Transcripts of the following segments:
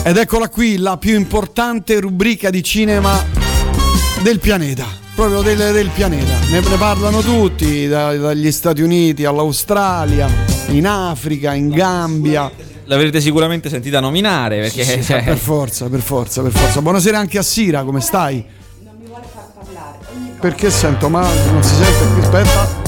Ed eccola qui, la più importante rubrica di cinema del pianeta, proprio del pianeta. Ne parlano tutti, dagli Stati Uniti all'Australia, in Africa, in Gambia. L'avrete sicuramente sentita nominare, perché sì, per forza. Buonasera anche a Sira, come stai? Non mi vuole far parlare. Perché sento male, non si sente qui, aspetta.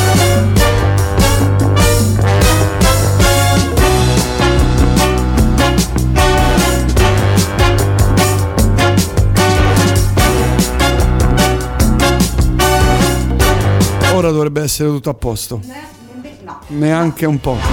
Ora dovrebbe essere tutto a posto. No. Neanche un po'.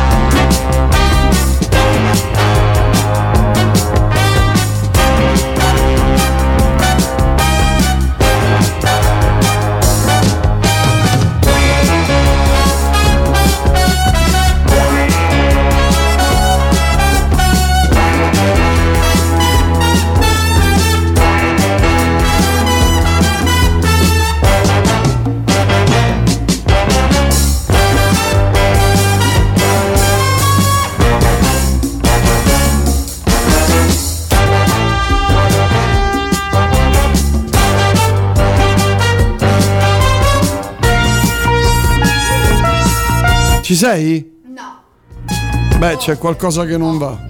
Ci sei? No. Beh, c'è qualcosa che non va.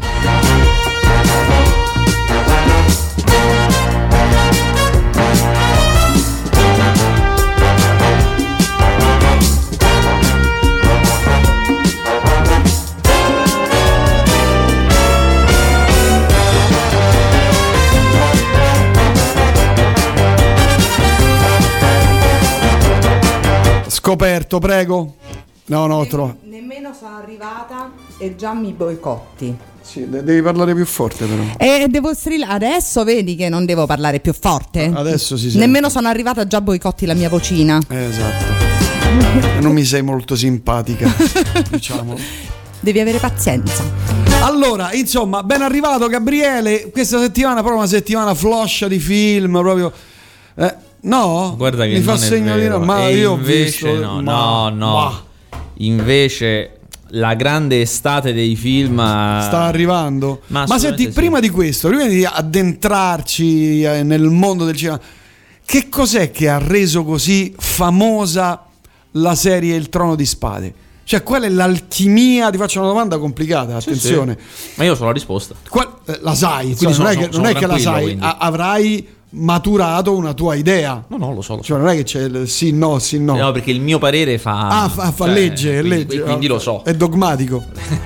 Scoperto, prego. No, Nemmeno sono arrivata e già mi boicotti. Sì, devi parlare più forte però. E devo strillare. Adesso vedi che non devo parlare più forte? Adesso si sente. Nemmeno sono arrivata, già boicotti la mia vocina. Esatto. Non mi sei molto simpatica, diciamo. Devi avere pazienza. Allora, insomma, ben arrivato Gabriele. Questa settimana proprio una settimana floscia di film, proprio... no? Guarda che mi fa non è segno vero. di no. Ma E io invece ho visto... no. Invece la grande estate dei film sta arrivando. Ma senti, sì. prima di questo, prima di addentrarci nel mondo del cinema, che cos'è che ha reso così famosa la serie Il Trono di Spade? Cioè, qual è l'alchimia? Ti faccio una domanda complicata, attenzione. Sì. Ma io so la risposta. La sai, quindi non è che la sai, quindi. Avrai maturato una tua idea. No, lo so. Cioè, non è che c'è il sì, no. No, perché il mio parere fa legge. Quindi lo so. È dogmatico.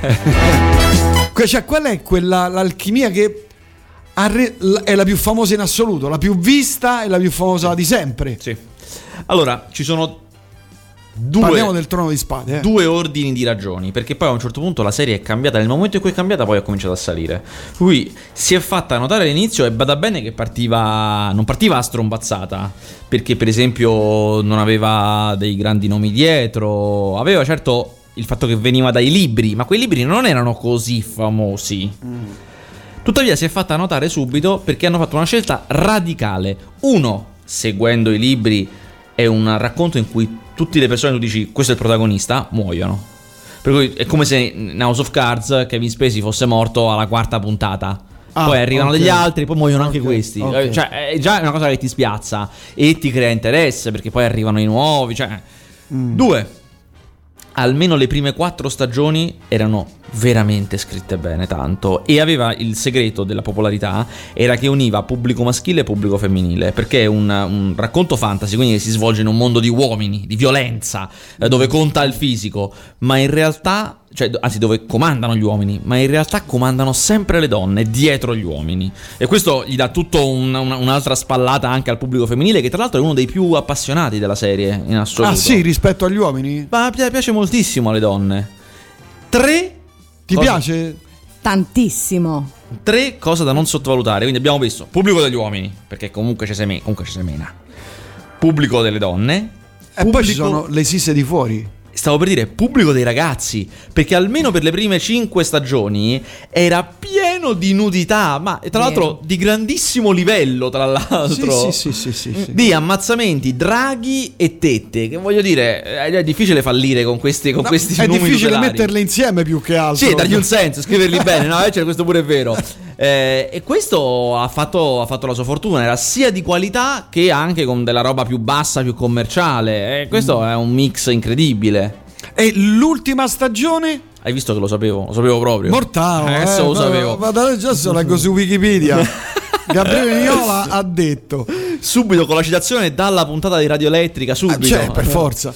Cioè, qual è l'alchimia che è la più famosa in assoluto, la più vista e la più famosa di sempre? Sì. Allora, ci sono parliamo del Trono di Spade. Due ordini di ragioni, perché poi a un certo punto la serie è cambiata, nel momento in cui è cambiata poi ha cominciato a salire. Lui si è fatta notare all'inizio e bada bene che non partiva a strombazzata, perché per esempio non aveva dei grandi nomi dietro, aveva certo il fatto che veniva dai libri, ma quei libri non erano così famosi. Tuttavia si è fatta notare subito perché hanno fatto una scelta radicale. Uno, seguendo i libri, è un racconto in cui tutte le persone, tu dici questo è il protagonista, muoiono. Per cui è come se in House of Cards Kevin Spacey fosse morto alla quarta puntata. Poi arrivano degli altri, poi muoiono anche questi. Cioè è già una cosa che ti spiazza e ti crea interesse, perché poi arrivano i nuovi. Due, almeno le prime 4 stagioni erano veramente scritte bene, tanto, e aveva il segreto della popolarità era che univa pubblico maschile e pubblico femminile, perché è un racconto fantasy, quindi si svolge in un mondo di uomini, di violenza, dove conta il fisico, ma in realtà, anzi dove comandano gli uomini, ma in realtà comandano sempre le donne dietro gli uomini, e questo gli dà tutto un'altra spallata anche al pubblico femminile, che tra l'altro è uno dei più appassionati della serie in assoluto. Ah sì, rispetto agli uomini? Ma piace moltissimo alle donne. 3 Ti piace? Tantissimo. 3 cose da non sottovalutare. Quindi abbiamo visto pubblico degli uomini, perché comunque ci semena. Pubblico delle donne. E poi ci sono le sisse di fuori. Stavo per dire pubblico dei ragazzi, perché almeno per le prime 5 stagioni era pieno pieno di nudità, ma tra l'altro di grandissimo livello, tra l'altro. Sì. Di ammazzamenti, draghi e tette, che voglio dire, è difficile fallire con questi È numeri difficile tutelari. metterle insieme più che altro. Sì, dargli un senso, scriverli bene, no? Cioè, questo pure è vero. E questo ha fatto la sua fortuna, era sia di qualità che anche con della roba più bassa, più commerciale. E questo è un mix incredibile. E l'ultima stagione? Hai visto che lo sapevo proprio. Mortale. Adesso lo sapevo. Ma già se lo leggo su Wikipedia. Gabriele Niola ha detto. Subito con la citazione dalla puntata di Radio Elettrica, subito. Cioè, per forza.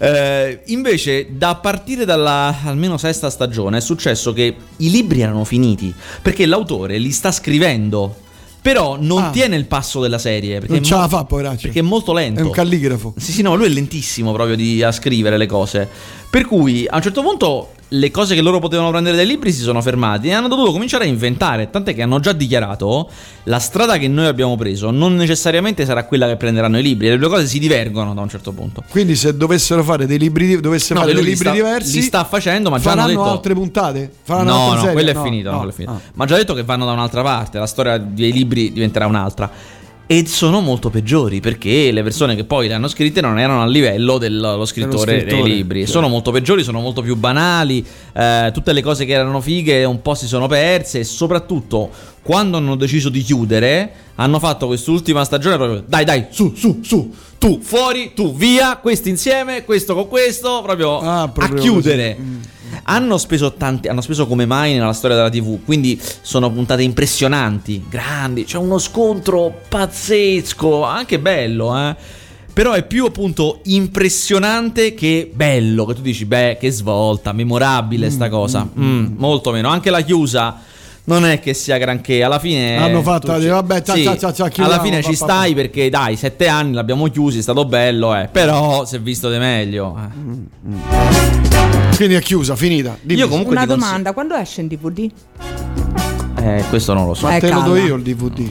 Invece, da partire dalla almeno sesta stagione, è successo che i libri erano finiti perché l'autore li sta scrivendo. Però non tiene il passo della serie perché non ce la fa, poveraccio. Perché è molto lento. È un calligrafo. Sì, no, lui è lentissimo proprio a scrivere le cose. Per cui a un certo punto le cose che loro potevano prendere dai libri si sono fermati e hanno dovuto cominciare a inventare. Tant'è che hanno già dichiarato: la strada che noi abbiamo preso non necessariamente sarà quella che prenderanno i libri. Le due cose si divergono da un certo punto. Quindi se dovessero fare dei libri diversi, li sta facendo, ma già hanno detto altre puntate? No, quello è finito. Quello è finito. Ma già detto che vanno da un'altra parte. La storia dei libri diventerà un'altra. E sono molto peggiori perché le persone che poi le hanno scritte non erano a livello dello scrittore dei libri. Certo. Sono molto peggiori, sono molto più banali. Tutte le cose che erano fighe un po' si sono perse. E soprattutto quando hanno deciso di chiudere, hanno fatto quest'ultima stagione proprio dai, su, tu fuori, tu via, questi insieme, questo con questo, proprio a chiudere. Hanno speso come mai nella storia della TV, quindi sono puntate impressionanti, grandi, c'è uno scontro pazzesco, anche bello, però è più appunto impressionante che bello, che tu dici che svolta, memorabile sta cosa, molto meno, anche la chiusa non è che sia granché, alla fine hanno fatto vabbè, alla fine ci stai perché dai, 7 anni l'abbiamo chiusi, è stato bello, però si è visto di meglio. Quindi è chiusa, finita. Dimmi. Io comunque una domanda, quando esce in DVD? Questo non lo so. Ma te lo do io il DVD.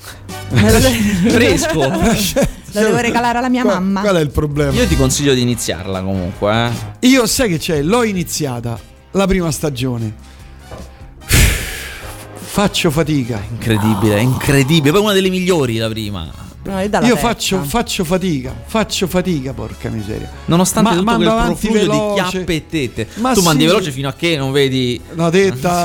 Fresco. Lo devo regalare alla mia mamma. Qual è il problema? Io ti consiglio di iniziarla comunque. Io sai che c'è, l'ho iniziata la prima stagione. Faccio fatica. Incredibile. Poi una delle migliori la prima. Io faccio fatica, porca miseria. Nonostante tutto quel profluvio di chiappe e tette. Tu mandi veloce fino a che non vedi la tetta.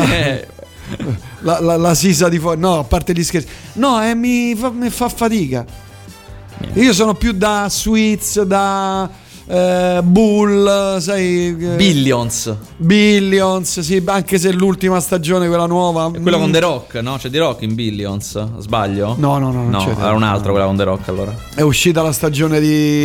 la sisa di fuori. No, a parte gli scherzi. No, mi fa fatica. Io sono più da Suits, da Bull, sai, Billions, sì, anche se l'ultima stagione, quella nuova, è quella con The Rock, no? C'è The Rock in Billions, sbaglio? No, era un altro, quella con The Rock. Allora è uscita la stagione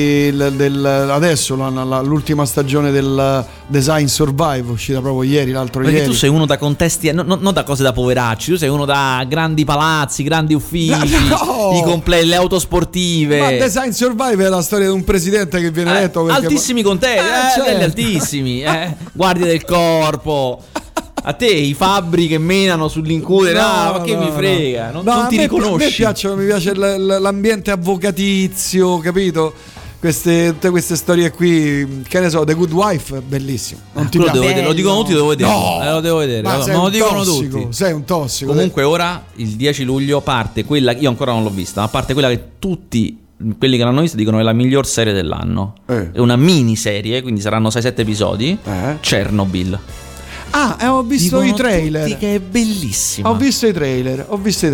adesso l'ultima stagione del Design Survive, uscita proprio ieri, l'altro perché ieri. Tu sei uno da contesti, non da cose da poveracci, tu sei uno da grandi palazzi, grandi uffici, le auto sportive. Ma Design Survive è la storia di un presidente che viene eletto altissimi contesti, certo. Altissimi, guardie del corpo. A te i fabbri che menano sull'incudine, ma che mi frega, non ti riconosci. Mi piace l'ambiente avvocatizio, capito? Tutte queste storie qui, che ne so, The Good Wife, bellissimo. Non ti piace? Lo dicono tutti, devo vedere. No, lo devo vedere. Ma lo dicono tutti. Sei un tossico. Comunque ora il 10 luglio parte quella, io ancora non l'ho vista, ma parte quella che tutti quelli che l'hanno vista dicono è la miglior serie dell'anno. È una miniserie, quindi saranno 6-7 episodi. Chernobyl. Ho visto dicono i trailer. Tutti che è bellissima. Ho visto i trailer.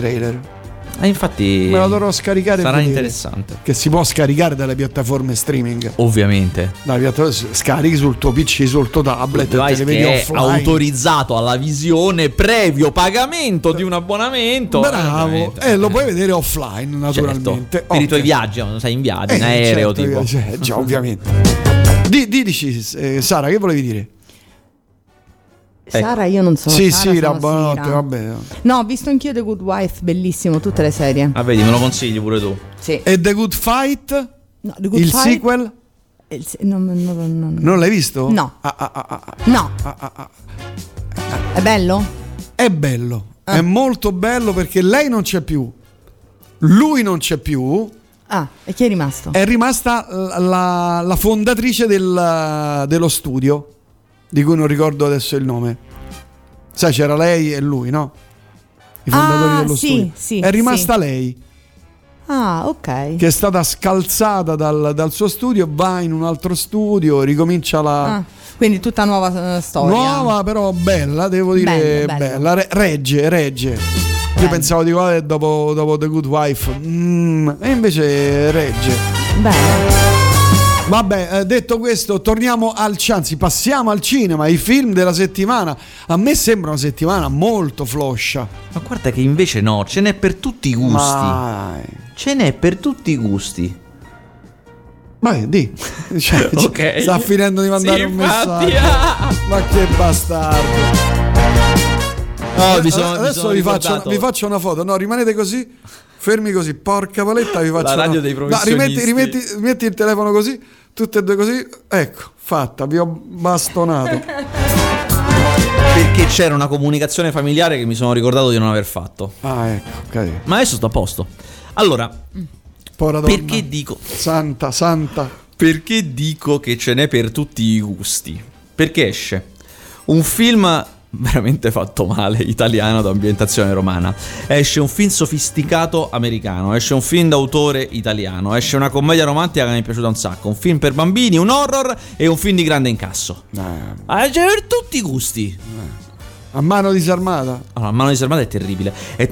Infatti me la dovrò scaricare. Sarà interessante. Che si può scaricare dalle piattaforme streaming. Ovviamente. Scarichi sul tuo PC, sul tuo tablet, te le vedi è offline. Autorizzato alla visione previo pagamento di un abbonamento. Bravo. Lo puoi vedere offline, naturalmente. Certo. Per i tuoi viaggi, non sei in viaggio, in aereo, tipo. Già, ovviamente. Dici, Sara, che volevi dire? Sara, io non sono Sara, buonanotte, vabbè. No, ho visto anch'io The Good Wife, bellissimo, tutte le serie. Vedi, me lo consigli pure tu. Sì. E The Good Fight? No, The Good il Fight? Sequel? Non l'hai visto? No. No. È bello? È bello. È molto bello perché lei non c'è più. Lui non c'è più. E chi è rimasto? È rimasta la fondatrice dello studio, di cui non ricordo adesso il nome. Sai, c'era lei e lui, no? i fondatori dello sì, studio. sì, È rimasta sì. lei, Ah, ok. che è stata scalzata dal suo studio, va in un altro studio, ricomincia la Quindi tutta nuova storia. nuova, però bella, devo dire, Bello. bella. Regge. Io pensavo di guardare dopo The Good Wife, e invece regge. Bene. Vabbè, detto questo, torniamo anzi, passiamo al cinema, i film della settimana. A me sembra una settimana molto floscia. Ma guarda che invece no, ce n'è per tutti i gusti. Ce n'è per tutti i gusti. Vai, di. Cioè, Ok. sta finendo di mandare Sì, un infatti. messaggio. Ma che bastardo. Adesso vi faccio una foto. No, rimanete così. Fermi così, porca paletta, vi faccio La radio dei professionisti. Rimetti il telefono così, tutte e due così. Ecco, fatta, vi ho bastonato. Perché c'era una comunicazione familiare che mi sono ricordato di non aver fatto. Ah, ecco, ok. Ma adesso sto a posto. Allora, Povera donna. perché dico Santa. Perché dico che ce n'è per tutti i gusti? Perché esce un film veramente fatto male, italiano, d'ambientazione romana. Esce un film sofisticato americano, esce un film d'autore italiano, esce una commedia romantica che mi è piaciuta un sacco, un film per bambini, un horror e un film di grande incasso. C'è per tutti i gusti. A mano disarmata. Allora, Mano disarmata è terribile.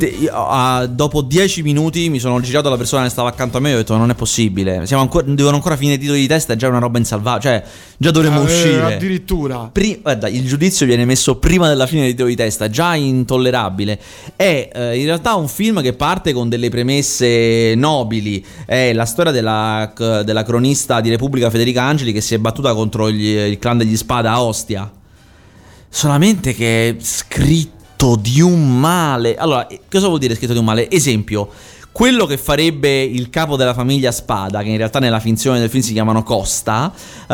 Dopo 10 minuti mi sono girato alla persona che stava accanto a me e ho detto: non è possibile. Devono ancora finire i titoli di testa. È già una roba insalvabile. Cioè, già dovremmo uscire. Addirittura. Guarda, il giudizio viene messo prima della fine dei titoli di testa. Già intollerabile. È in realtà un film che parte con delle premesse nobili. È la storia della cronista di Repubblica Federica Angeli, che si è battuta contro il clan degli Spada a Ostia. Solamente che è scritto di un male. Allora, cosa vuol dire scritto di un male? Esempio, quello che farebbe il capo della famiglia Spada, che in realtà nella finzione del film si chiamano Costa,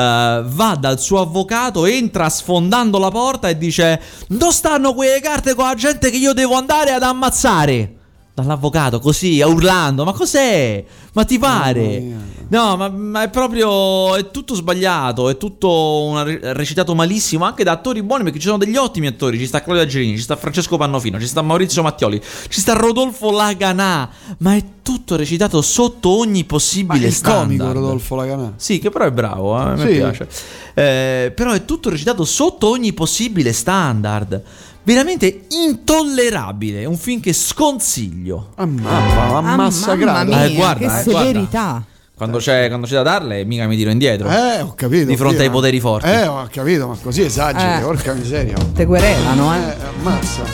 va dal suo avvocato, entra sfondando la porta e dice: dove stanno quelle carte con la gente che io devo andare ad ammazzare? Dall'avvocato, così, urlando: ma cos'è? Ma ti pare? No, ma è proprio, è tutto sbagliato, è tutto recitato malissimo, anche da attori buoni, perché ci sono degli ottimi attori. Ci sta Claudio Agerini, ci sta Francesco Pannofino, ci sta Maurizio Mattioli, ci sta Rodolfo Laganà, ma è tutto recitato sotto ogni possibile standard. Il comico Rodolfo Laganà. Sì, che però è bravo, a me piace. Però è tutto recitato sotto ogni possibile standard. Veramente intollerabile. Un film che sconsiglio. Ammassa grande. Mamma mia, Guarda, che severità. Quando c'è da darle, mica mi tiro indietro. Ho capito. Di fronte ai poteri forti. Ho capito, ma così esageri, porca miseria. Te querelano, Ammazza.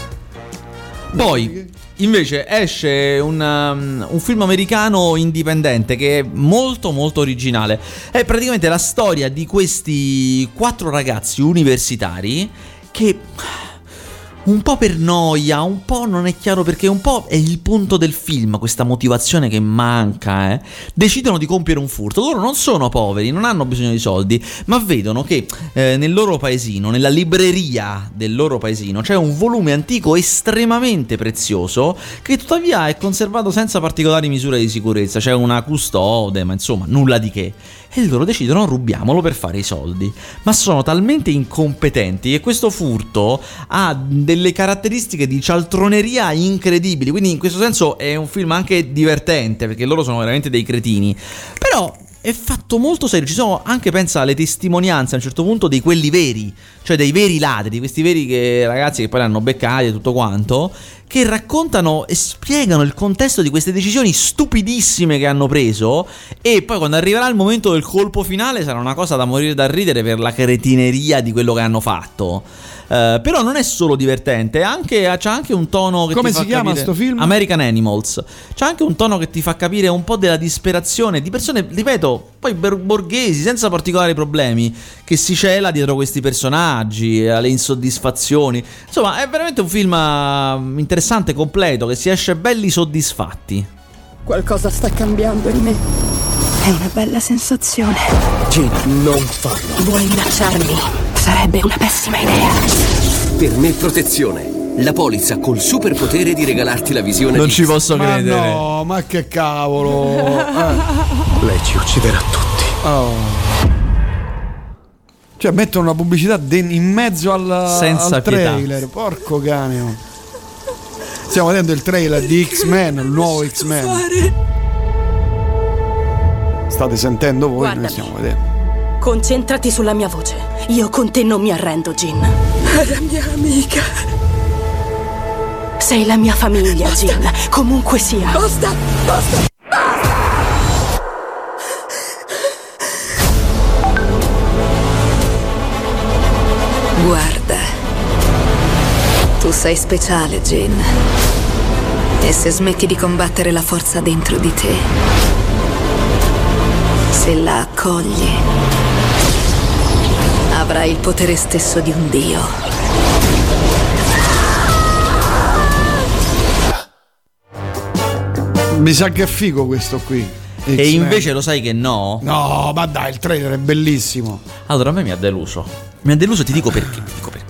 Poi, invece, esce un film americano indipendente che è molto molto originale. È praticamente la storia di questi 4 ragazzi universitari che, un po' per noia, un po' non è chiaro perché, un po' è il punto del film, questa motivazione che manca, decidono di compiere un furto. Loro non sono poveri, non hanno bisogno di soldi, ma vedono che nel loro paesino, nella libreria del loro paesino, c'è un volume antico estremamente prezioso che tuttavia è conservato senza particolari misure di sicurezza. C'è una custode, ma insomma nulla di che. E loro decidono: rubiamolo per fare i soldi. Ma sono talmente incompetenti che questo furto ha delle caratteristiche di cialtroneria incredibili. Quindi in questo senso è un film anche divertente, perché loro sono veramente dei cretini. Però è fatto molto serio. Ci sono anche, pensa, alle testimonianze a un certo punto di quelli veri, cioè dei veri ladri, di questi veri ragazzi che poi li hanno beccati e tutto quanto, che raccontano e spiegano il contesto di queste decisioni stupidissime che hanno preso. E poi quando arriverà il momento del colpo finale sarà una cosa da morire da ridere per la cretineria di quello che hanno fatto. Però non è solo divertente, c'ha anche un tono che come ti fa si chiama capire... sto film? American Animals. C'ha anche un tono che ti fa capire un po' della disperazione di persone, ripeto, poi borghesi, senza particolari problemi, che si cela dietro questi personaggi, alle insoddisfazioni. Insomma, è veramente un film interessante, completo, che si esce belli soddisfatti. Qualcosa sta cambiando in me. È una bella sensazione. Gina, non farlo. Vuoi minacciarmi? Sarebbe una pessima idea. Per me protezione. La polizza col superpotere di regalarti la visione. Non ci posso credere. No, ma che cavolo. Lei ci ucciderà tutti. Cioè mettono una pubblicità in mezzo Senza al pietà. trailer. Porco cane. Stiamo vedendo il trailer di X-Men, il nuovo X-Men. State sentendo voi, Guardami. noi stiamo vedendo. Concentrati sulla mia voce. Io con te non mi arrendo, Jean. È la mia amica. Sei la mia famiglia, Jean. Comunque sia. Basta, basta. Guarda, tu sei speciale, Jean. E se smetti di combattere la forza dentro di te, se la accogli, avrai il potere stesso di un dio. Mi sa che è figo questo qui. E X-Men. invece lo sai che no? No, ma dai, il trailer è bellissimo. Allora a me mi ha deluso. Mi ha deluso, ti dico perché.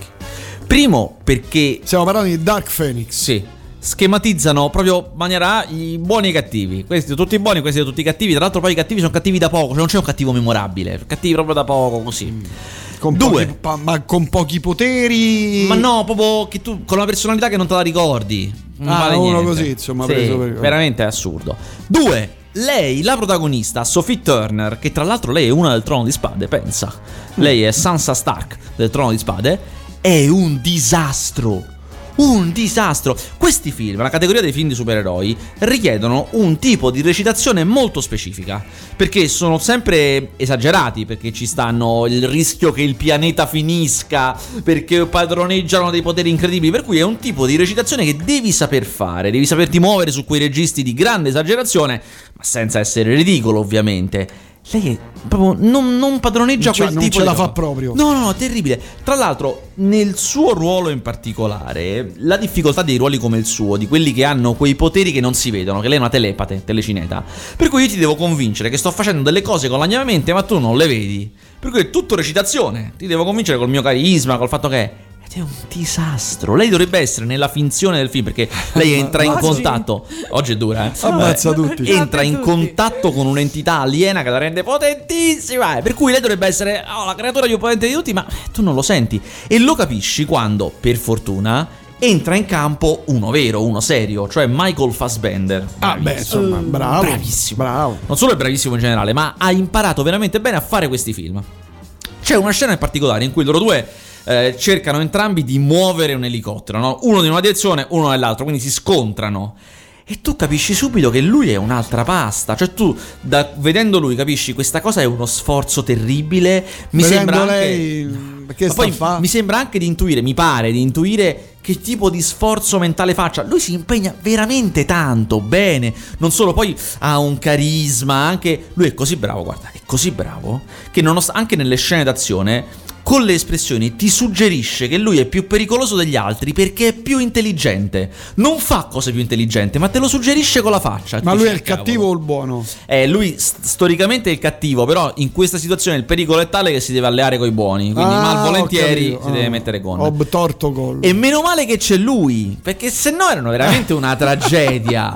Primo perché Stiamo parlando di Dark Phoenix. sì, schematizzano proprio in maniera i buoni e i cattivi. Questi sono tutti buoni, questi sono tutti cattivi. Tra l'altro poi i cattivi sono cattivi da poco, cioè non c'è un cattivo memorabile, sono cattivi proprio da poco, così. Con Due. ma con pochi poteri. Ma no, proprio che tu con la personalità che non te la ricordi. Non Ah, vale uno niente. così, insomma, Sì, preso per- veramente è assurdo. Due. Lei, la protagonista, Sophie Turner, che tra l'altro lei è una del Trono di Spade, pensa. Lei è Sansa Stark del Trono di Spade. È un disastro. Un disastro. Questi film, la categoria dei film di supereroi, richiedono un tipo di recitazione molto specifica. Perché sono sempre esagerati, perché ci stanno il rischio che il pianeta finisca, perché padroneggiano dei poteri incredibili. Per cui è un tipo di recitazione che devi saper fare, devi saperti muovere su quei registri di grande esagerazione, ma senza essere ridicolo, ovviamente. Lei è proprio non padroneggia Cioè, quel non tipo ce di la fa roba. proprio. No, terribile. Tra l'altro, nel suo ruolo in particolare, la difficoltà dei ruoli come il suo, di quelli che hanno quei poteri che non si vedono, che lei è una telepate, telecineta. Per cui io ti devo convincere che sto facendo delle cose con la mia mente, ma tu non le vedi. Per cui è tutto recitazione. Ti devo convincere col mio carisma, col fatto che ed è un disastro. Lei dovrebbe essere nella finzione del film, perché lei entra in contatto. Oggi è dura, eh? Ammazza tutti. Entra in contatto con un'entità aliena che la rende potentissima. Per cui lei dovrebbe essere la creatura più potente di tutti, ma tu non lo senti. E lo capisci quando, per fortuna, entra in campo uno vero, uno serio, cioè Michael Fassbender. Ah, beh, insomma, bravo. Bravissimo. Bravo. Non solo è bravissimo in generale, ma ha imparato veramente bene a fare questi film. C'è una scena in particolare in cui loro due cercano entrambi di muovere un elicottero, no? Uno in una direzione, uno nell'altra, quindi si scontrano. E tu capisci subito che lui è un'altra pasta. Cioè tu, vedendo lui, capisci questa cosa è uno sforzo terribile. Mi Vedendo sembra lei, anche... che Ma sta poi a fa? mi sembra anche di intuire, mi pare di intuire che tipo di sforzo mentale faccia. Lui si impegna veramente tanto, bene. Non solo, poi ha un carisma, anche... Lui è così bravo, guarda, è così bravo che anche nelle scene d'azione, con le espressioni ti suggerisce che lui è più pericoloso degli altri perché è più intelligente. Non fa cose più intelligenti, ma te lo suggerisce con la faccia. Ma Tu lui è dici, il cattivo o il buono? lui storicamente è il cattivo, però in questa situazione il pericolo è tale che si deve alleare con i buoni. Quindi malvolentieri ho capito. si deve mettere con. Ho torto gol. E meno male che c'è lui, perché se no erano veramente una tragedia.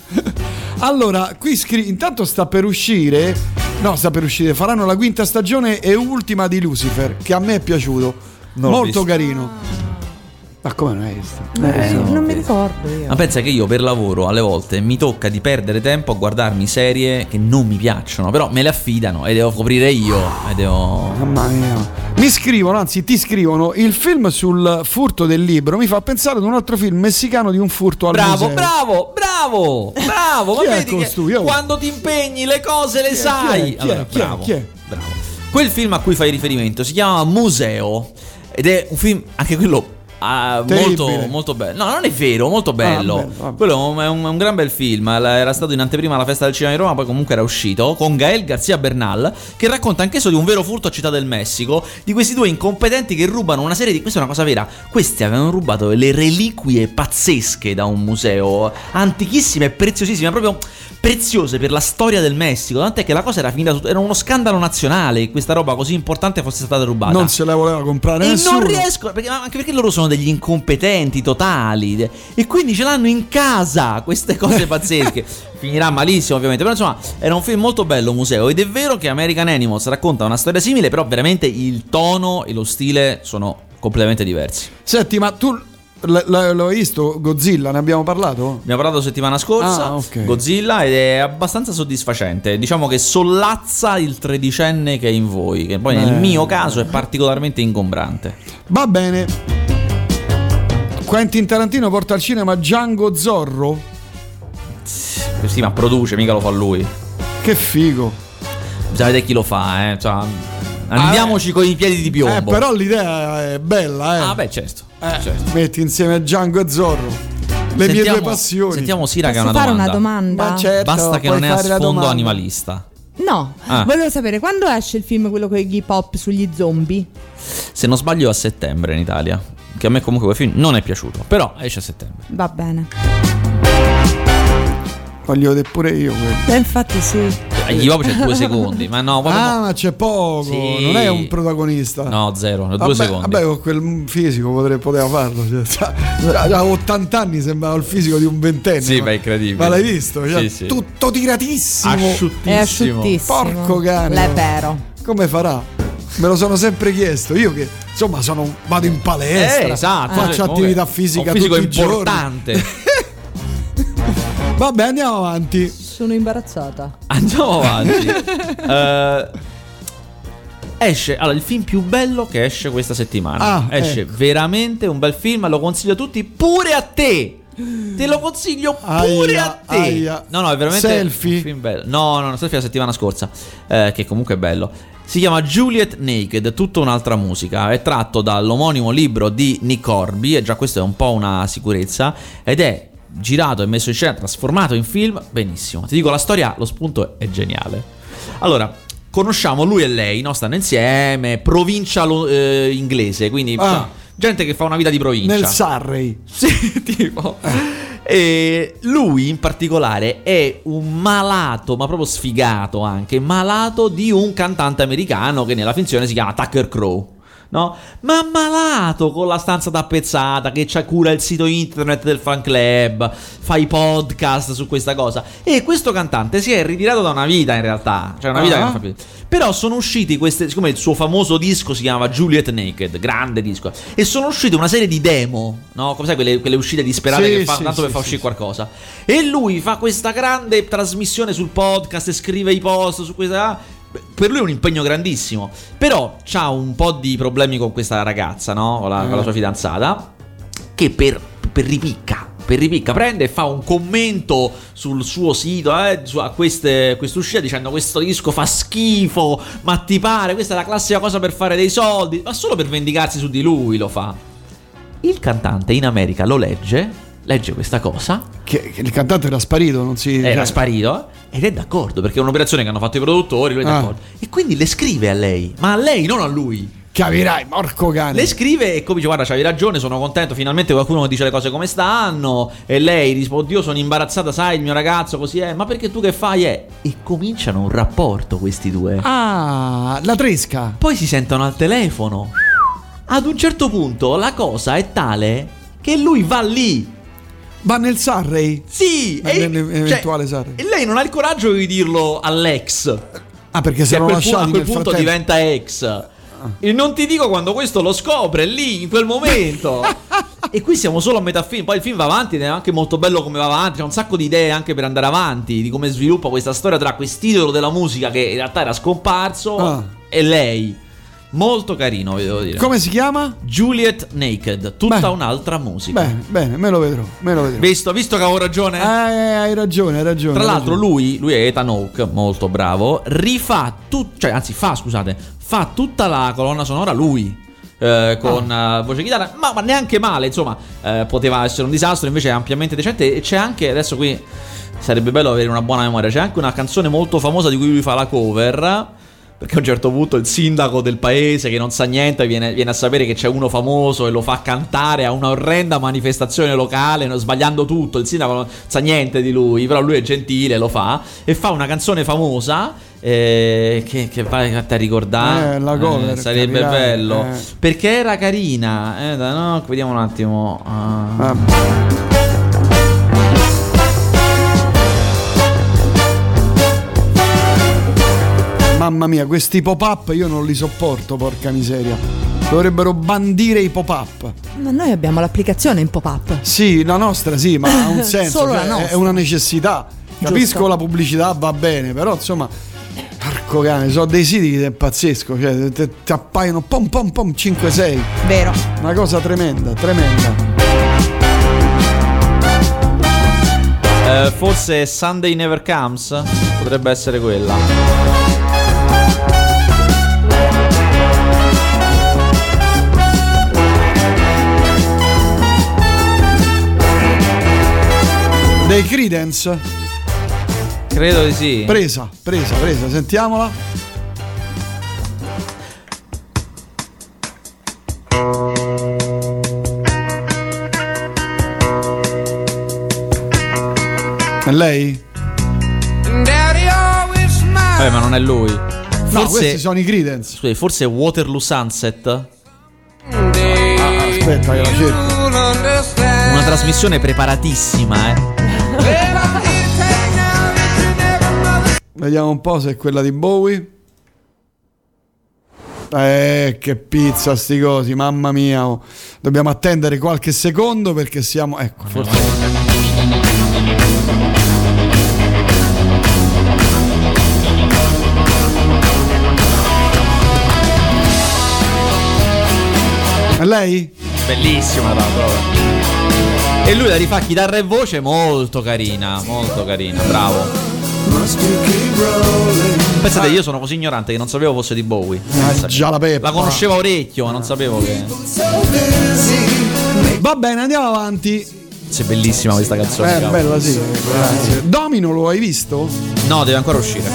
Allora, qui intanto sta per uscire. No, sta per uscire. Faranno la quinta stagione e ultima di Lucifer, che a me è piaciuto. Non l'ho Molto visto. carino. Ma come non hai visto? Non mi ricordo io. Ma pensa che io per lavoro alle volte mi tocca di perdere tempo a guardarmi serie che non mi piacciono, però me le affidano e devo coprire io e devo... Mamma mia. Mi scrivono, anzi ti scrivono, il film sul furto del libro mi fa pensare ad un altro film messicano di un furto al Bravo, museo. bravo. Ma Chi è vedi che costui? Oh. quando ti impegni le cose le sai. Chi è? Bravo. Chi è? Bravo. Quel film a cui fai riferimento si chiama Museo ed è un film, anche quello Terribile. molto bello. No, non è vero, molto bello. bello, vabbè. Quello è un gran bel film. Era stato in anteprima alla Festa del Cinema di Roma, poi comunque era uscito, con Gael García Bernal, che racconta anch'esso di un vero furto a Città del Messico, di questi due incompetenti che rubano una serie di... Questa è una cosa vera. Questi avevano rubato le reliquie pazzesche da un museo, antichissime e preziosissime, proprio preziose per la storia del Messico. Tant'è che la cosa era finita, era uno scandalo nazionale che questa roba così importante fosse stata rubata. Non se la voleva comprare E nessuno. non riescono, anche perché loro sono degli incompetenti totali. E quindi ce l'hanno in casa queste cose pazzesche. Finirà malissimo, ovviamente. Però insomma, era un film molto bello, Museo. Ed è vero che American Animals racconta una storia simile, però veramente il tono e lo stile sono completamente diversi. Senti, ma tu L'ho visto Godzilla, ne abbiamo parlato? Abbiamo parlato settimana scorsa, ok. Godzilla, ed è abbastanza soddisfacente. Diciamo che sollazza il tredicenne che è in voi, che poi nel mio caso è particolarmente ingombrante. Va bene. Quentin Tarantino porta al cinema Django Zorro. Sì, ma produce, mica lo fa lui. Che figo. Bisogna vedere chi lo fa, cioè, andiamoci con i piedi di piombo. Però l'idea è bella, Ah, beh, certo. Certo. Metti insieme Django e Zorro le mie due passioni. Sentiamo Sira che ha Posso una fare domanda. una domanda? Ma certo, Basta che puoi non è a fare la sfondo domanda. animalista. No, volevo sapere quando esce il film, quello con i hip hop sugli zombie? Se non sbaglio a settembre in Italia. Che a me comunque quel film non è piaciuto, però esce a settembre. Va bene. Voglio vedere pure io quello. Beh, infatti sì. Gli Hop c'è 2 secondi, ma no, Ma c'è poco, Sì. non è un protagonista. No, 0, 2 secondi. Vabbè, con quel fisico poteva farlo. Ha 80 anni, sembrava il fisico di un ventenne. Sì, ma è incredibile. Ma l'hai visto? Cioè, Sì. tutto tiratissimo. Asciuttissimo. È asciuttissimo. Porco cane. È vero. Come farà? Me lo sono sempre chiesto. Io che insomma vado in palestra, Esatto, faccio cioè, attività comunque, fisica un fisico tutti i giorni. importante. Vabbè, andiamo avanti. Sono imbarazzata. Andiamo avanti. Esce allora il film più bello che esce questa settimana. Esce ecco. veramente un bel film, lo consiglio a tutti, pure a te. Te lo consiglio pure a te. Aia. No, è veramente Selfie? un film bello. No, Selfie la settimana scorsa, che comunque è bello. Si chiama Juliet Naked, tutta un'altra musica. È tratto dall'omonimo libro di Nick Horby, e già questo è un po' una sicurezza, ed è girato e messo in scena, trasformato in film, benissimo. Ti dico la storia, lo spunto è geniale. Allora, conosciamo lui e lei, no? Stanno insieme, provincia inglese, quindi gente che fa una vita di provincia. Nel Surrey. Sì, tipo. E lui in particolare è un malato, ma proprio sfigato anche, malato di un cantante americano che nella finzione si chiama Tucker Crow. No? Ma malato, con la stanza tappezzata, che cura il sito internet del fan club, fa i podcast su questa cosa. E questo cantante si è ritirato da una vita, in realtà, cioè una vita che non fa più. Però sono usciti siccome il suo famoso disco si chiamava Juliet Naked, grande disco, e sono uscite una serie di demo, no? Come sai, quelle uscite disperate che fa tanto per far uscire qualcosa. E lui fa questa grande trasmissione sul podcast, scrive i post su questa. Per lui è un impegno grandissimo. Però c'ha un po' di problemi con questa ragazza, no? Con la sua fidanzata, che per ripicca prende e fa un commento sul suo sito a quest'uscita dicendo: questo disco fa schifo, ma ti pare, questa è la classica cosa per fare dei soldi. Ma solo per vendicarsi su di lui lo fa. Il cantante in America lo legge questa cosa, che il cantante era sparito, non si era sparito, ed è d'accordo, perché è un'operazione che hanno fatto i produttori, lui è d'accordo, e quindi le scrive a lei, ma a lei, non a lui. Capirai, porco cane. Le scrive e come dice: guarda, c'avevi ragione, sono contento, finalmente qualcuno mi dice le cose come stanno. E lei risponde: io sono imbarazzata, sai, il mio ragazzo così è, ma perché tu che fai? E cominciano un rapporto questi due. La tresca. Poi si sentono al telefono. Ad un certo punto la cosa è tale che lui va lì. Va nel Surrey? Sì, nell'eventuale Surrey. E lei non ha il coraggio di dirlo all'ex. Perché se non lasciati a quel punto diventa ex. E non ti dico quando questo lo scopre lì, in quel momento. E qui siamo solo a metà film. Poi il film va avanti ed è anche molto bello come va avanti. C'è un sacco di idee anche per andare avanti, di come sviluppa questa storia tra quest'idolo della musica che in realtà era scomparso e lei. Molto carino, vi devo dire. Come si chiama? Juliet Naked, tutta un'altra musica. Bene, me lo vedrò. Visto che avevo ragione? Hai ragione. Tra l'altro lui è Ethan Hawke, molto bravo. Fa tutta la colonna sonora lui. Con voce e chitarra, ma neanche male, insomma. Poteva essere un disastro, invece è ampiamente decente. E c'è anche, adesso qui sarebbe bello avere una buona memoria, c'è anche una canzone molto famosa di cui lui fa la cover, perché a un certo punto il sindaco del paese, che non sa niente, viene a sapere che c'è uno famoso e lo fa cantare a una orrenda manifestazione locale, sbagliando tutto. Il sindaco non sa niente di lui, però lui è gentile, lo fa e fa una canzone famosa che vai a te ricordare. La cover, sarebbe bello perché era carina. No, vediamo un attimo. Mamma mia, questi pop-up io non li sopporto, porca miseria. Dovrebbero bandire i pop-up. Ma noi abbiamo l'applicazione in pop-up. Sì, la nostra sì, ma ha un senso, Solo la cioè, nostra. è una necessità. Capisco Giusto. la pubblicità, va bene, però insomma, porco cane, sono dei siti che è pazzesco, cioè ti appaiono pom pom pom 5-6. Vero. Una cosa tremenda. Forse Sunday Never Comes? Potrebbe essere quella. Dei Creedence? Credo di sì. Presa, sentiamola. È lei? Ma non è lui. No, questi sono i Creedence. Scusi, forse Waterloo Sunset? Aspetta che la cerco. Una trasmissione preparatissima, Vediamo un po' se è quella di Bowie. Che pizza sti cosi, mamma mia. Oh. Dobbiamo attendere qualche secondo perché siamo... Ecco, forse... È lei? Bellissima la prova. E lui la rifà chitarra e voce molto carina, bravo. Pensate, io sono così ignorante che non sapevo fosse di Bowie. Già la peppa. La conoscevo a orecchio, ma non sapevo che... Va bene, andiamo avanti. È bellissima questa canzone. È bella, sì. Grazie. Domino lo hai visto? No, deve ancora uscire.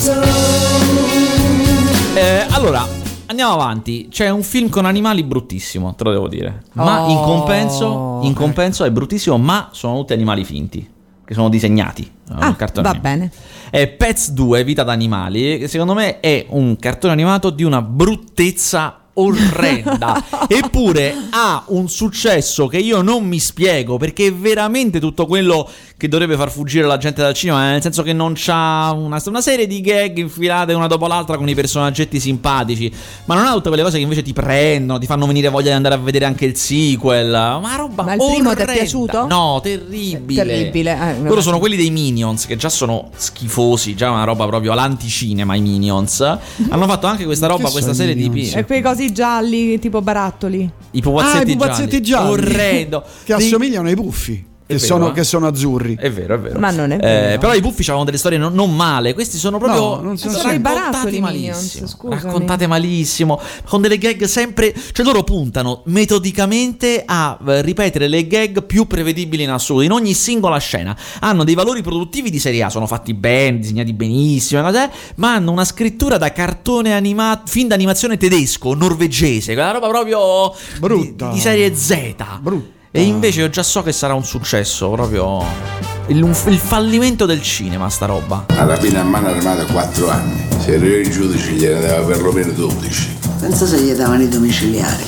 Allora, andiamo avanti. C'è un film con animali bruttissimo, te lo devo dire. Ma in compenso è bruttissimo, ma sono tutti animali finti, che sono disegnati. Va bene. È Pets 2, Vita d'animali, che secondo me è un cartone animato di una bruttezza orrenda. Eppure ha un successo che io non mi spiego, perché è veramente tutto quello che dovrebbe far fuggire la gente dal cinema, nel senso che non c'ha una serie di gag infilate una dopo l'altra con i personaggetti simpatici, ma non ha tutte quelle cose che invece ti prendono, ti fanno venire voglia di andare a vedere anche il sequel. Ma roba Ma il primo ti è orrenda. piaciuto? No, terribile. Terribile. Loro sono quelli dei Minions, che già sono schifosi, già una roba proprio all'anticinema. I Minions hanno fatto anche questa roba, Che questa sono i serie di Minions? E quei cosi gialli tipo barattoli. i pupazzetti, i pupazzetti gialli. orrendo, Che assomigliano ai puffi. È Che vero, sono azzurri. È vero. Ma non è vero. Però i puffi avevano delle storie non male. Questi sono proprio No, non sono i raccontate barattoli malissimo. Minions, scusami. Raccontate malissimo, con delle gag sempre. Cioè loro puntano metodicamente a ripetere le gag più prevedibili in assoluto in ogni singola scena. Hanno dei valori produttivi di serie A, sono fatti bene, disegnati benissimo, ma hanno una scrittura da cartone animato, film d'animazione tedesco, norvegese, quella roba proprio Brutta. di serie Z. Brutta. E invece io già so che sarà un successo, proprio il fallimento del cinema, sta roba. La rapina a mano armata 4 anni. Se arriva il giudice gliene dava perlomeno 12. Pensa se gli davano i domiciliari.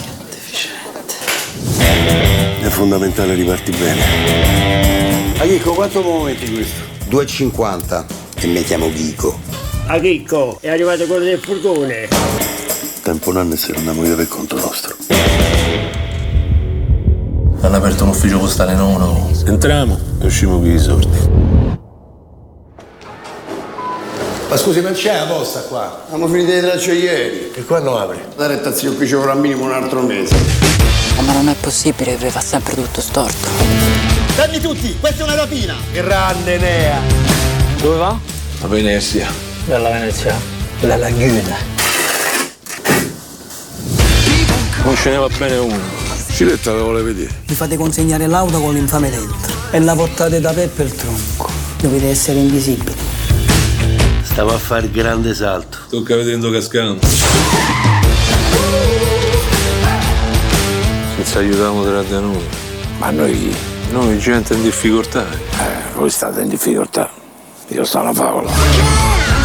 Deficiente. È fondamentale riparti bene. A Chicco, quanto momenti questo? 2,50 e mi chiamo Ghico. A Chicco, è arrivato quello del furgone. Tempo un anno e se non andiamo io per conto nostro. Hanno aperto un ufficio postale nuovo. Entriamo e usciamo qui i sordi. Ma scusi, non c'è la posta qua? Hanno finito le tracce ieri. E quando apri? La rettazione qui ci vorrà minimo un altro mese. Ma non è possibile che fa sempre tutto storto. Fermi tutti, questa è una rapina. Grande Nea. Dove va? A Venezia. Dalla Venezia. La laguna. Non ce ne va bene uno. Ciletta la vuole vedere. Vi fate consegnare l'auto con l'infame dentro e la portate da Peppe il tronco. Dovete essere invisibili. Stavo a fare il grande salto. Tocca vedendo cascando. Senza aiutiamo tra da noi. Ma noi gente in difficoltà. Voi state in difficoltà. Io sto alla favola.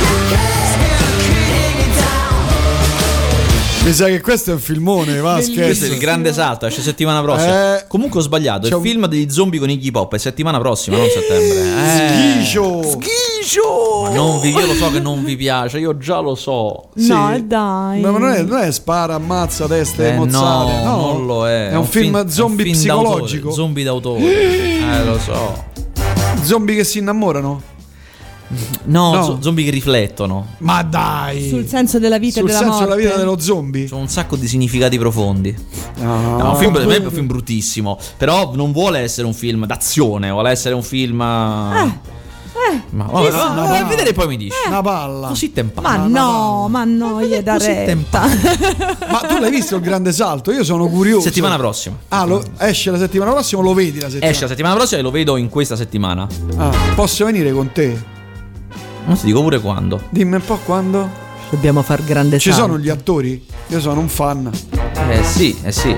Mi sa che questo è un filmone, va, Questo è il scherzo. grande salto, esce settimana prossima. Comunque ho sbagliato, il film degli zombie con Iggy Pop è settimana prossima, non settembre. Schifo. Io lo so che non vi piace, io già lo so. No, dai. Ma non è spara, ammazza, teste mozzate. No, non lo è. È un film zombie psicologico. Zombie d'autore. Lo so. Zombie che si innamorano? No. Zombie che riflettono. Ma dai! Sul senso della vita e della morte. Sul senso della vita dello zombie. Sono un sacco di significati profondi. No, un film, per me è un film bruttissimo. Però non vuole essere un film d'azione, vuole essere un film. Ma vai a vedere e poi mi dici. Una palla. Così tempata. Ma no, gli da retta. Ma tu l'hai visto Il Grande Salto? Io sono curioso. Settimana prossima. Esce la settimana prossima o lo vedi la settimana? Esce la settimana prossima e lo vedo in questa settimana. Posso venire con te? Non ti dico pure quando. Dimmi un po' quando. Dobbiamo far Grande Salto. Ci sono gli attori? Io sono un fan. Sì.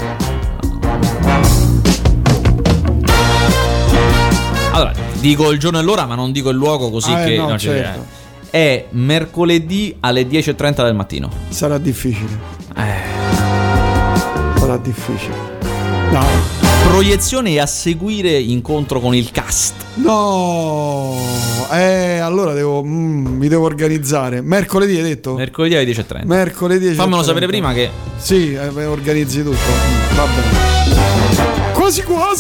Allora, dico il giorno e l'ora, ma non dico il luogo, così che no, certo. È mercoledì alle 10:30 del mattino. Sarà difficile. Sarà difficile. No. Proiezione e a seguire incontro con il cast. No. Allora mi devo organizzare. Mercoledì hai detto? Mercoledì alle 10:30. Mercoledì 10:30. Fammelo sapere prima che. Sì, organizzi tutto. Va bene. Quasi.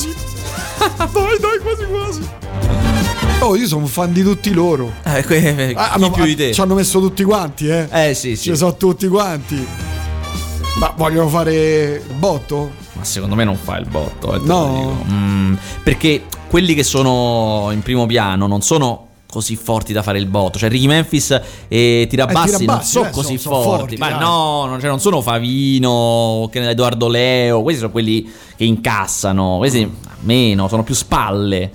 Dai, quasi. Oh, io sono un fan di tutti loro. Chi più di te? Ci hanno messo tutti quanti, Sì. Ci sono tutti quanti. Ma vogliono fare il botto? Ma secondo me non fa il botto. No. Perché quelli che sono in primo piano non sono così forti da fare il botto. Cioè Ricky Memphis e Tirabassi non sono così forti. Ma no, non sono Favino, che ne Edoardo Leo. Questi sono quelli che incassano. Questi meno, sono più spalle.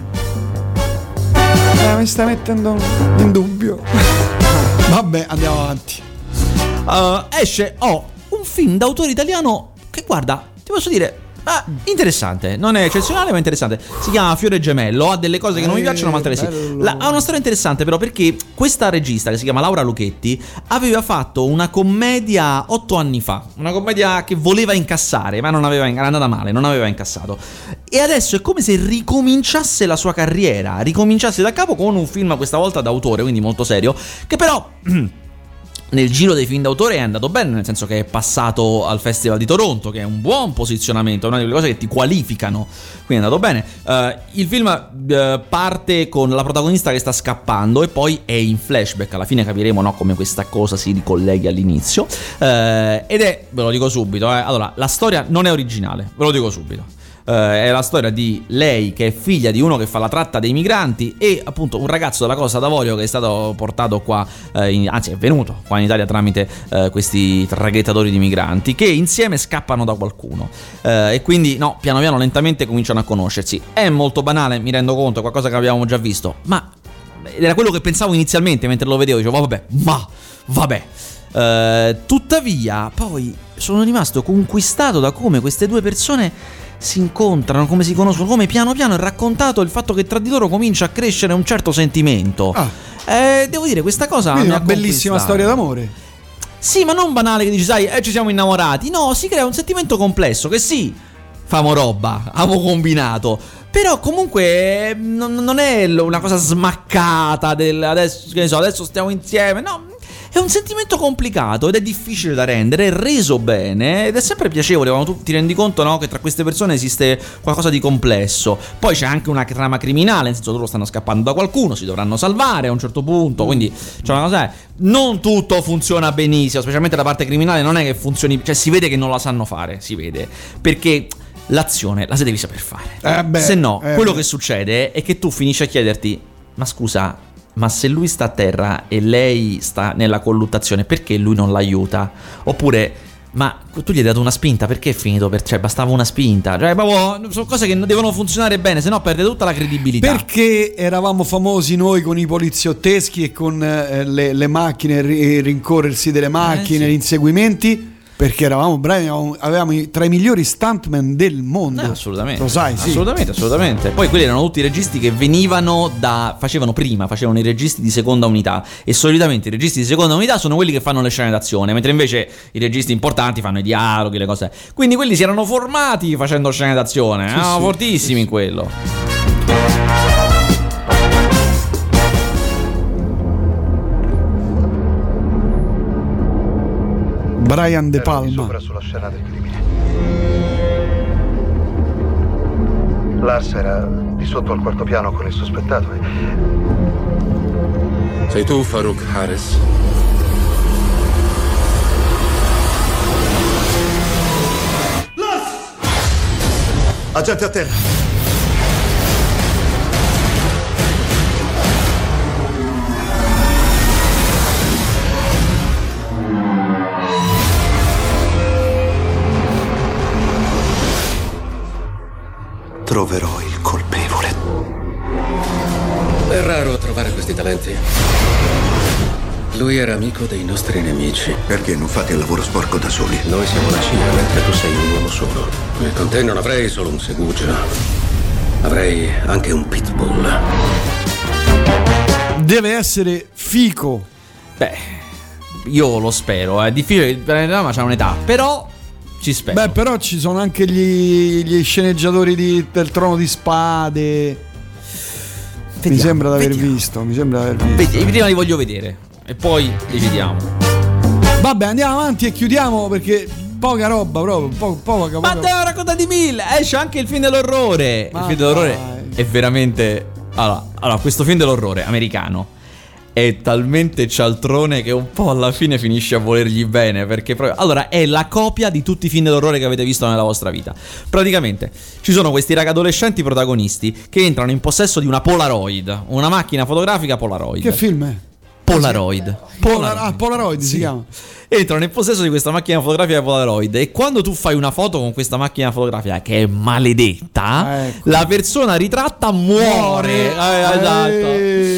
Mi stai mettendo in dubbio. Vabbè, andiamo avanti. Esce un film d'autore italiano che, guarda, ti posso dire, interessante. Non è eccezionale, ma interessante. Si chiama Fiore Gemello. Ha delle cose che non mi piacciono, ma altre sì. Ha una storia interessante, però, perché questa regista, che si chiama Laura Lucchetti, aveva fatto una commedia 8 anni fa. Una commedia che voleva incassare, ma era andata male, non aveva incassato. E adesso è come se ricominciasse la sua carriera, ricominciasse da capo con un film, questa volta d'autore, quindi molto serio, che però nel giro dei film d'autore è andato bene, nel senso che è passato al Festival di Toronto, che è un buon posizionamento, una delle cose che ti qualificano, quindi è andato bene. Il film parte con la protagonista che sta scappando e poi è in flashback, alla fine capiremo, no, come questa cosa si ricolleghi all'inizio, ed è, ve lo dico subito, allora, la storia non è originale, ve lo dico subito. È la storia di lei che è figlia di uno che fa la tratta dei migranti e appunto un ragazzo della Costa d'Avorio che è stato portato qua, anzi è venuto qua in Italia tramite questi traghettatori di migranti, che insieme scappano da qualcuno, e quindi piano piano lentamente cominciano a conoscersi. È molto banale, mi rendo conto, è qualcosa che abbiamo già visto, ma era quello che pensavo inizialmente mentre lo vedevo, dicevo vabbè. Tuttavia poi sono rimasto conquistato da come queste due persone si incontrano, come si conoscono, come piano piano è raccontato il fatto che tra di loro comincia a crescere un certo sentimento. Devo dire, questa cosa quindi mi ha una bellissima storia d'amore. Sì, ma non banale che dici, sai, ci siamo innamorati. No, si crea un sentimento complesso che sì, famo roba, avevo combinato, però comunque non è una cosa smaccata del adesso, che ne so, adesso stiamo insieme. No, è un sentimento complicato ed è difficile da rendere, è reso bene ed è sempre piacevole quando tu ti rendi conto, no, che tra queste persone esiste qualcosa di complesso. Poi c'è anche una trama criminale, nel senso, loro stanno scappando da qualcuno, si dovranno salvare a un certo punto, quindi c'è una cosa, non tutto funziona benissimo, specialmente la parte criminale non è che funzioni, cioè si vede che non la sanno fare, si vede, perché l'azione la si devi saper fare, se no quello che succede è che tu finisci a chiederti, ma scusa, ma se lui sta a terra e lei sta nella colluttazione, perché lui non l'aiuta? Oppure, ma tu gli hai dato una spinta, perché è finito? Cioè bastava una spinta, cioè proprio sono cose che devono funzionare bene, se no perde tutta la credibilità. Perché eravamo famosi noi con i poliziotteschi e con le macchine, il rincorrersi delle macchine, sì, gli inseguimenti? Perché eravamo bravi, avevamo tra i migliori stuntman del mondo. Assolutamente. Lo sai, sì. Assolutamente. Poi quelli erano tutti i registi che venivano facevano i registi di seconda unità. E solitamente i registi di seconda unità sono quelli che fanno le scene d'azione, mentre invece i registi importanti fanno i dialoghi, le cose. Quindi quelli si erano formati facendo scene d'azione. Erano fortissimi in quello. Brian De Era di Palma. sopra sulla scena del crimine. Lars era di sotto al quarto piano con il sospettato e... Sei tu, Farouk Harris? Agente a terra. Troverò il colpevole. È raro trovare questi talenti. Lui era amico dei nostri nemici. Perché non fate il lavoro sporco da soli? Noi siamo la CIA, mentre tu sei un uomo solo. E con te non avrei solo un segugio. Avrei anche un pitbull. Deve essere fico. Beh, io lo spero. È difficile, ma c'ha un'età. Però ci spero. Beh, però ci sono anche gli sceneggiatori del Trono di Spade. Mi sembra di aver visto. Prima li voglio vedere e poi li vediamo. Vabbè, andiamo avanti e chiudiamo perché poca roba proprio. Poca. Ma te lo racconta di mille. Esce anche il film dell'orrore. Il film dell'orrore è veramente. Allora, questo film dell'orrore americano è talmente cialtrone che un po' alla fine finisce a volergli bene, perché proprio... Allora, è la copia di tutti i film dell'orrore che avete visto nella vostra vita. Praticamente ci sono questi adolescenti protagonisti che entrano in possesso di una Polaroid, una macchina fotografica Polaroid. Che film è? Polaroid. Polaroid si chiama. Entrano in possesso di questa macchina fotografica Polaroid e quando tu fai una foto con questa macchina fotografica che è maledetta, la persona ritratta muore. Esatto.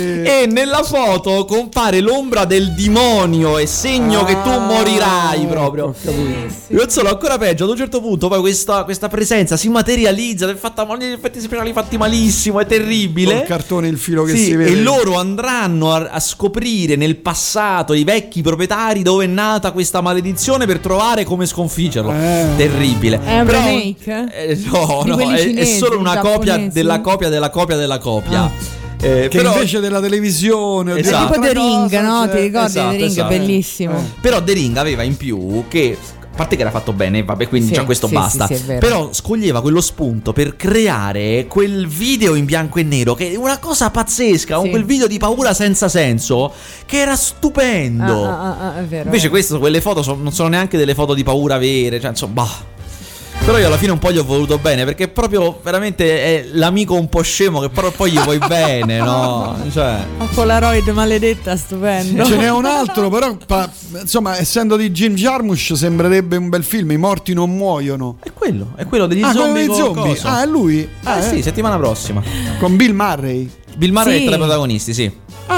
E nella foto compare l'ombra del demonio e segno che tu morirai proprio. Non solo, ancora peggio, ad un certo punto poi questa presenza si materializza, è fatta gli effetti speciali fatti malissimo, è terribile. Col cartone il filo che si vede. E loro andranno a scoprire nel passato i vecchi proprietari dove è nata questa maledizione per trovare come sconfiggerlo. Terribile. È un remake? No, è solo una copia della copia della copia della copia. Che però, invece della televisione, esatto, tipo The Ring, no? Ti ricordi? Esatto, The Ring è bellissimo. Però The Ring aveva in più che, a parte che era fatto bene, vabbè, quindi già questo basta. Sì, però scoglieva quello spunto per creare quel video in bianco e nero, che è una cosa pazzesca, con quel video di paura senza senso, che era stupendo. È vero. Invece quelle foto non sono neanche delle foto di paura vere, cioè insomma. Però io alla fine un po' gli ho voluto bene, perché proprio veramente è l'amico un po' scemo che però poi gli vuoi bene, no? Cioè, la Polaroid maledetta, stupendo. Ce n'è un altro, però insomma, essendo di Jim Jarmusch sembrerebbe un bel film. I morti non muoiono. È quello degli zombie. È lui? Sì, settimana prossima. Con Bill Murray. Bill Murray è tra i protagonisti, sì.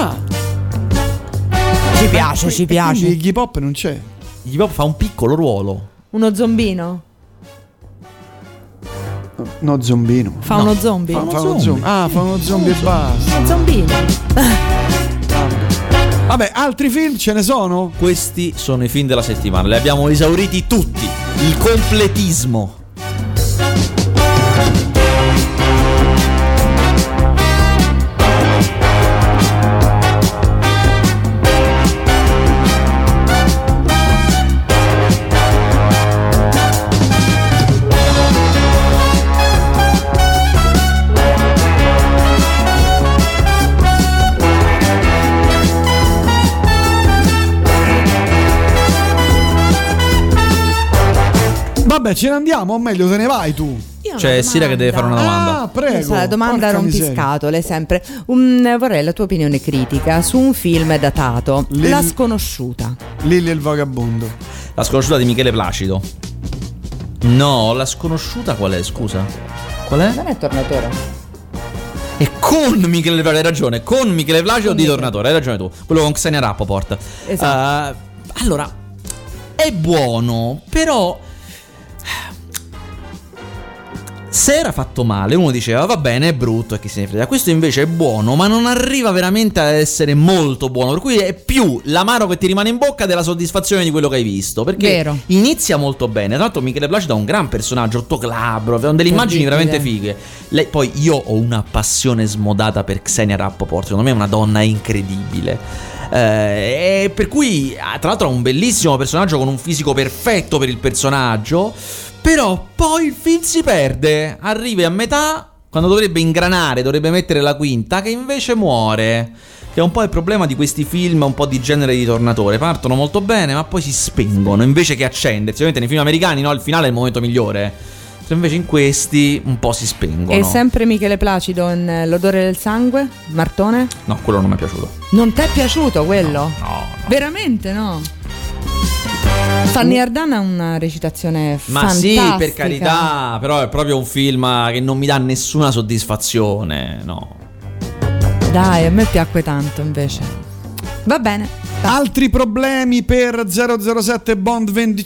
Ci piace. Iggy Pop non c'è. Iggy Pop fa un piccolo ruolo. Uno zombino? No, zombino. Fa uno zombie. Fa uno zombie. Fa uno zombie e basta. Un zombino. Vabbè, altri film ce ne sono? Questi sono i film della settimana. Li abbiamo esauriti tutti. Il completismo. Vabbè, ce ne andiamo, o meglio te ne vai tu. C'è Sira che deve fare una domanda. Prego. La domanda rompiscatole sempre. Vorrei la tua opinione critica su un film datato. La sconosciuta. Lily e il vagabondo. La sconosciuta di Michele Placido. No, la sconosciuta qual è, scusa? Qual è? Non è Tornatore. E con Michele Placido, hai ragione. Con Michele Placido di Tornatore, hai ragione tu. Quello con Xenia Rappaport. Esatto. Allora, è buono, però Se era fatto male, uno diceva va bene, è brutto e chi se ne frega. Questo invece è buono, ma non arriva veramente ad essere molto buono, per cui è più l'amaro che ti rimane in bocca della soddisfazione di quello che hai visto, perché Vero. inizia molto bene. Tra l'altro Michele Placido è un gran personaggio, tutto glabro, con delle immagini veramente fighe. Poi io ho una passione smodata per Xenia Rappaport, secondo me è una donna incredibile. E per cui tra l'altro ha un bellissimo personaggio con un fisico perfetto per il personaggio. Però poi il film si perde, arrivi a metà quando dovrebbe ingranare, dovrebbe mettere la quinta, che invece muore. Che è un po' il problema di questi film un po' di genere di Tornatore. Partono molto bene ma poi si spengono invece che accendersi. Ovviamente nei film americani no, il finale è il momento migliore. Invece in questi un po' si spengono. E sempre Michele Placido in L'odore del sangue? Martone? No, quello non mi è piaciuto. Non ti è piaciuto quello? No. Veramente no? Fanny Ardant ha una recitazione ma fantastica. sì, per carità, però è proprio un film che non mi dà nessuna soddisfazione, no. Dai, a me piacque tanto invece. Va bene. Altri problemi per 007 Bond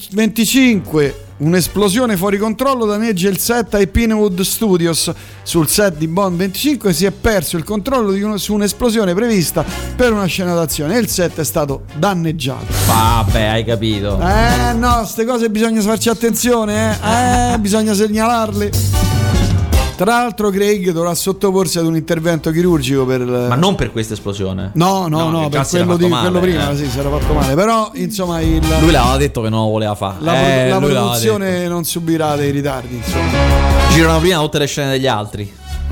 25. Un'esplosione fuori controllo danneggia il set ai Pinewood Studios. Sul set di Bond 25 si è perso il controllo su un'esplosione prevista per una scena d'azione e il set è stato danneggiato. Vabbè, hai capito. No, queste cose bisogna farci attenzione, bisogna segnalarle. Tra l'altro Craig dovrà sottoporsi ad un intervento chirurgico per... Ma non per questa esplosione. No, per quello prima sì, si era fatto male. Però insomma lui l'aveva detto che non lo voleva fare. La produzione non subirà dei ritardi, insomma. Girano prima tutte le scene degli altri.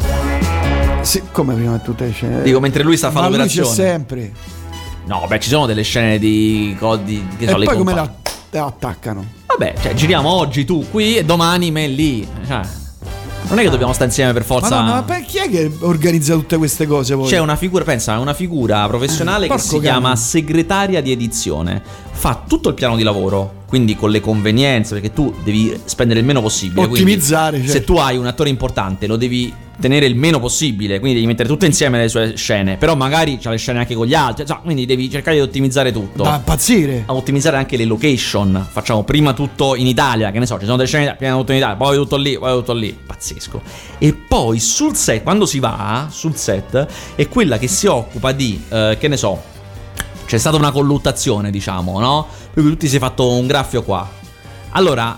Sì, come prima tutte le scene? Dico, mentre lui sta a fare l'operazione. Ma lui c'è sempre. No, beh, ci sono delle scene di codi che sono e le poi come la attaccano? Vabbè, cioè giriamo oggi tu qui e domani me lì. Cioè, non è che dobbiamo stare insieme per forza. Ma chi è che organizza tutte queste cose poi? C'è una figura, pensa, una figura professionale che si chiama segretaria di edizione. Fa tutto il piano di lavoro, quindi con le convenienze, perché tu devi spendere il meno possibile. Ottimizzare, certo. Se tu hai un attore importante lo devi tenere il meno possibile, quindi devi mettere tutte insieme le sue scene. Però magari c'ha le scene anche con gli altri, quindi devi cercare di ottimizzare tutto. Da impazzire. A ottimizzare anche le location. Facciamo prima tutto in Italia, che ne so, ci sono delle scene prima tutto in Italia, poi tutto lì, pazzesco. E poi sul set, quando si va sul set, è quella che si occupa di che ne so, c'è stata una colluttazione, diciamo, no? Per cui tu ti sei fatto un graffio qua. Allora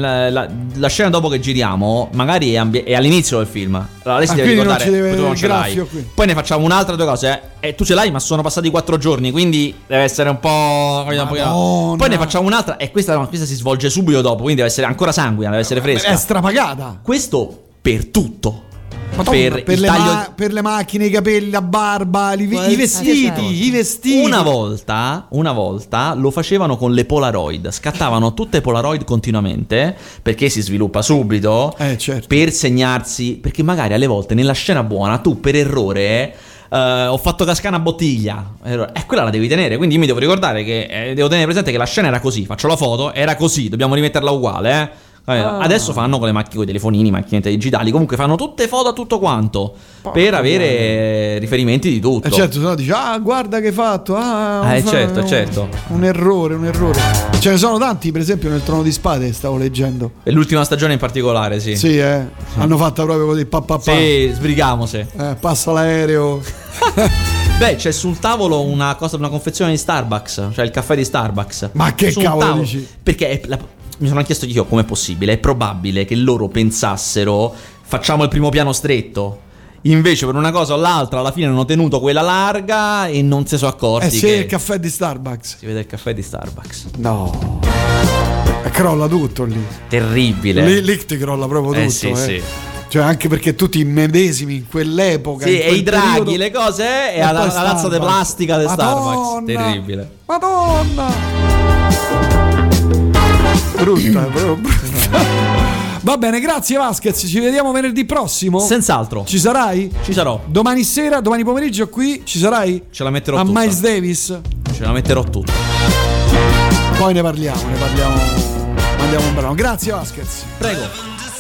la scena dopo che giriamo magari è all'inizio del film. Allora lei si deve ricordare, tu non ce l'hai. Poi ne facciamo un'altra, 2 cose, e tu ce l'hai, ma sono passati 4 giorni, quindi deve essere un po'. Poi ne facciamo un'altra e questa si svolge subito dopo, quindi deve essere ancora sanguina, deve essere fresca. È strapagata. Questo per tutto. Madonna, per le macchine, i capelli, la barba, i vestiti. Una volta lo facevano con le Polaroid. Scattavano tutte Polaroid continuamente, perché si sviluppa subito, certo. Per segnarsi, perché magari alle volte nella scena buona tu per errore ho fatto cascare una bottiglia e quella la devi tenere, quindi io mi devo ricordare che devo tenere presente che la scena era così, faccio la foto, era così, dobbiamo rimetterla uguale, Adesso fanno con le macchine, con i telefonini, macchinette digitali. Comunque fanno tutte foto a tutto quanto per avere riferimenti di tutto. Certo, se no dici guarda che hai fatto. Certo. Un errore. Ce ne sono tanti, per esempio nel Trono di Spade stavo leggendo. E l'ultima stagione in particolare, sì. Sì, hanno fatto proprio così, Sì, sbrighamose. Passa l'aereo. Beh, c'è sul tavolo una confezione di Starbucks, cioè il caffè di Starbucks. Ma che cavolo dici? Perché mi sono chiesto io com'è possibile. È probabile che loro pensassero facciamo il primo piano stretto, invece per una cosa o l'altra alla fine hanno tenuto quella larga e non si sono accorti che il caffè di Starbucks. Si vede il caffè di Starbucks. No, crolla tutto lì. Terribile. Lì ti crolla proprio tutto. Sì. Cioè anche perché tu ti medesimi in quell'epoca. Sì, in quel e i draghi, periodo, le cose e la tazza di plastica di Starbucks. Terribile. Madonna. Brutta. Va bene, grazie Vasquez, ci vediamo venerdì prossimo. Senz'altro. Ci sarai? Ci sarò. Domani sera, domani pomeriggio qui ci sarai? Ce la metterò a tutta. Miles Davis? Ce la metterò tutta. Poi ne parliamo. Mandiamo un brano. Grazie Vasquez. Prego.